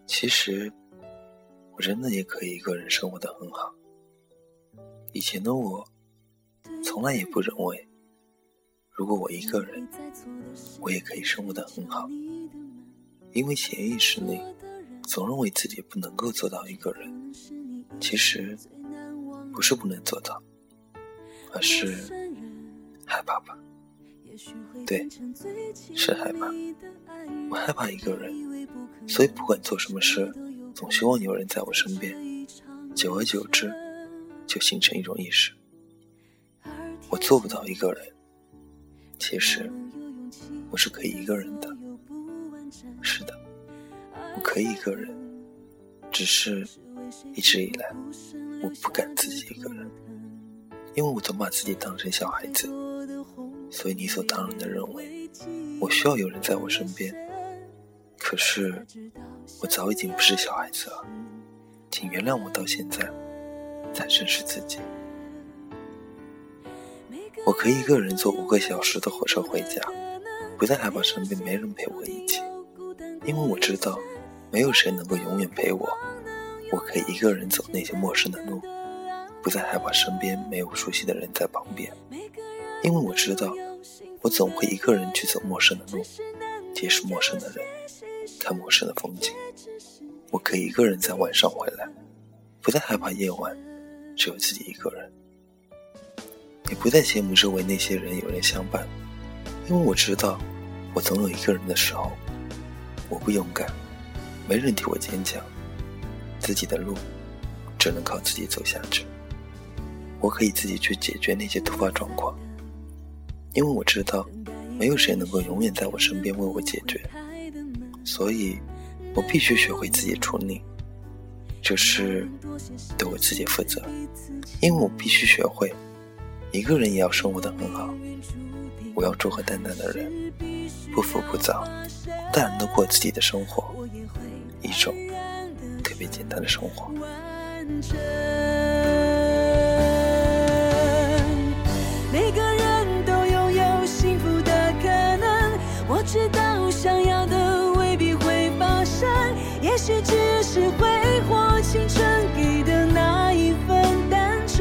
其实我真的也可以一个人生活得很好。以前的我从来也不认为，如果我一个人，我也可以生活得很好。因为潜意识内总认为自己不能够做到一个人。其实不是不能做到，而是害怕吧。对，是害怕。我害怕一个人，所以不管做什么事，总希望有人在我身边。久而久之，就形成一种意识，我做不到一个人。其实我是可以一个人的。是的，我可以一个人，只是一直以来我不敢自己一个人，因为我总把自己当成小孩子，所以理所当然地认为我需要有人在我身边。可是我早已经不是小孩子了，请原谅我到现在才认识自己。我可以一个人坐5个小时的火车回家，不再害怕身边没人陪我一起，因为我知道没有谁能够永远陪我。我可以一个人走那些陌生的路，不再害怕身边没有熟悉的人在旁边，因为我知道我总会一个人去走陌生的路，结识陌生的人，看陌生的风景。我可以一个人在晚上回来，不再害怕夜晚只有自己一个人，也不再羡慕周围那些人有人相伴，因为我知道我总有一个人的时候。我不勇敢，没人替我坚强，自己的路只能靠自己走下去。我可以自己去解决那些突发状况，因为我知道没有谁能够永远在我身边为我解决，所以我必须学会自己处理，这是对我自己负责。因为我必须学会一个人也要生活得很好。我要做和淡淡的人，不浮不躁，淡然地过自己的生活，一种特别简单的生活。 每个人都拥有幸福的可能，我知道想要的未必会发生，也许只是挥霍青春给的那一份单纯。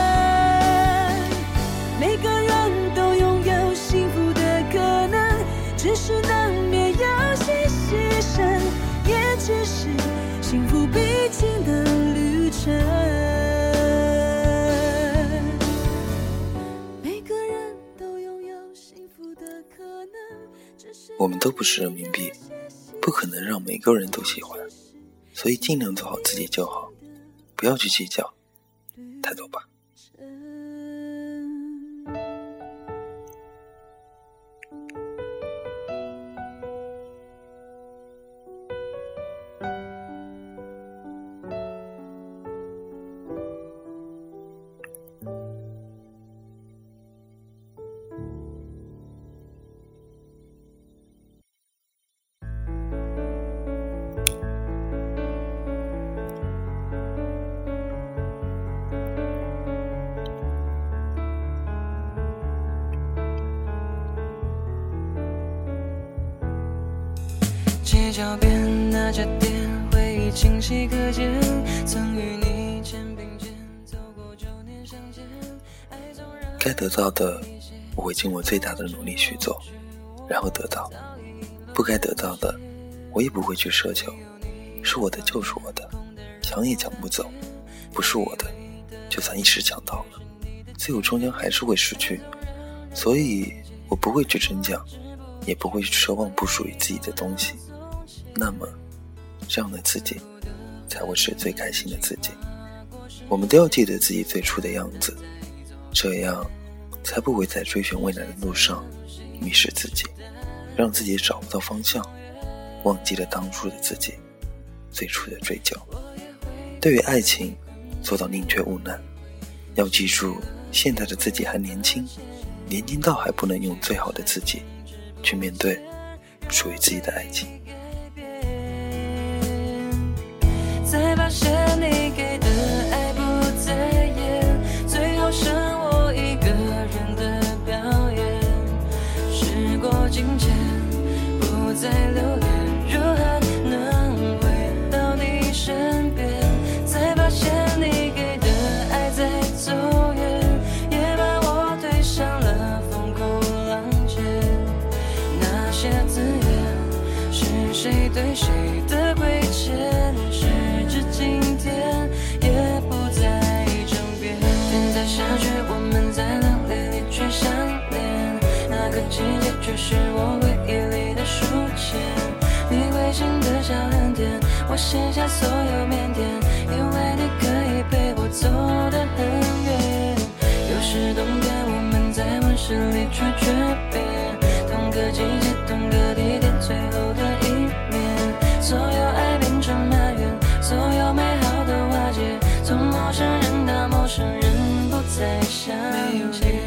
每个人都拥有幸福的可能，只是难免有些牺牲，也只是幸福必经的旅程。每个人都拥有幸福的可能， 我们都不是人民币，不可能让每个人都喜欢，所以尽量做好自己就好，不要去计较太多吧。 街角边那家店，回忆清晰可见，曾与你肩并肩走过9年相见。 该得到的我会尽我最大的努力去做，然后得到；不该得到的我也不会去奢求，是我的就是我的，抢也抢不走，不是我的就算一时抢到了，最后终将还是会失去，所以我不会去争抢，也不会去奢望不属于自己的东西。那么这样的自己才会是最开心的自己。我们都要记得自己最初的样子，这样才不会在追寻未来的路上迷失自己，让自己找不到方向，忘记了当初的自己，最初的追求。对于爱情做到宁缺毋滥，要记住现在的自己还年轻，年轻到还不能用最好的自己去面对属于自己的爱情。 才发现你给的爱不再演，最后剩我一个人的表演。时过境迁，不再留恋，如何能回到冬天，我们在温室里却诀别，同个季节，同个地点，最后的一面，所有爱变成埋怨，所有美好的瓦解，从陌生人到陌生人，不再相见。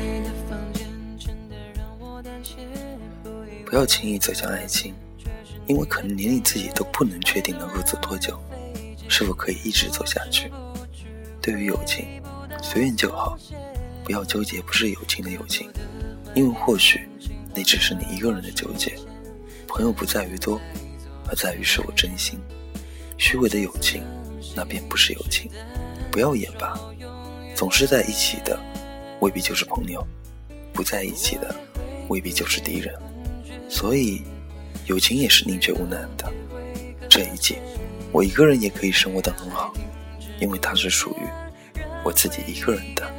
不要轻易走向爱情，因为可能连你自己都不能确定能够走多久，是否可以一直走下去。对于友情，随缘就好，不要纠结不是友情的友情，因为或许那只是你一个人的纠结。朋友不在于多，而在于是否真心。虚伪的友情，那便不是友情。不要演吧，总是在一起的未必就是朋友，不在一起的未必就是敌人。所以友情也是宁缺毋滥的。这一季我一个人也可以生活得很好，因为它是属于我自己一个人的。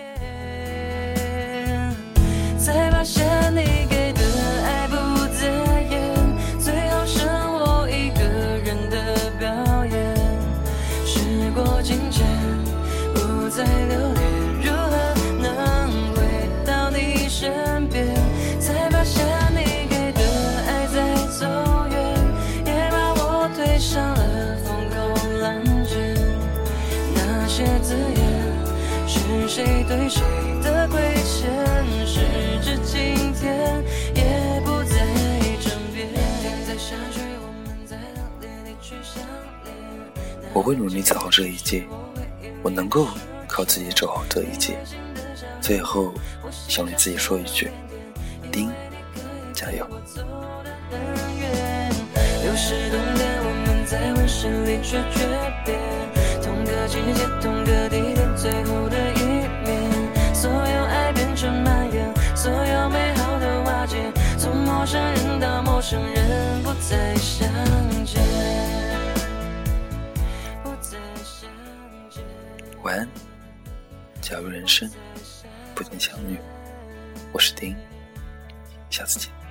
才发现你给的爱不在眼，最后剩我一个人的表演。时过境迁，不再留恋，如何能回到你身边？才发现你给的爱在走远，也把我推上了风口浪尖。那些字眼，是谁对谁的亏欠？时至今天，也不再争辩。在下雪，我们在当年离去相恋。 我会努力走好这一季，我能够靠自己走好这一季。最后想对自己说一句，丁，加油。 又是冬天，我们在温室里却诀别，同个季节，同个地点，最后的一面，所有爱变成埋怨，所有美好的瓦解，从陌生人到陌生人，不再相见，不再相见。 晚安，假如人生不曾相遇，我是丁，下次见。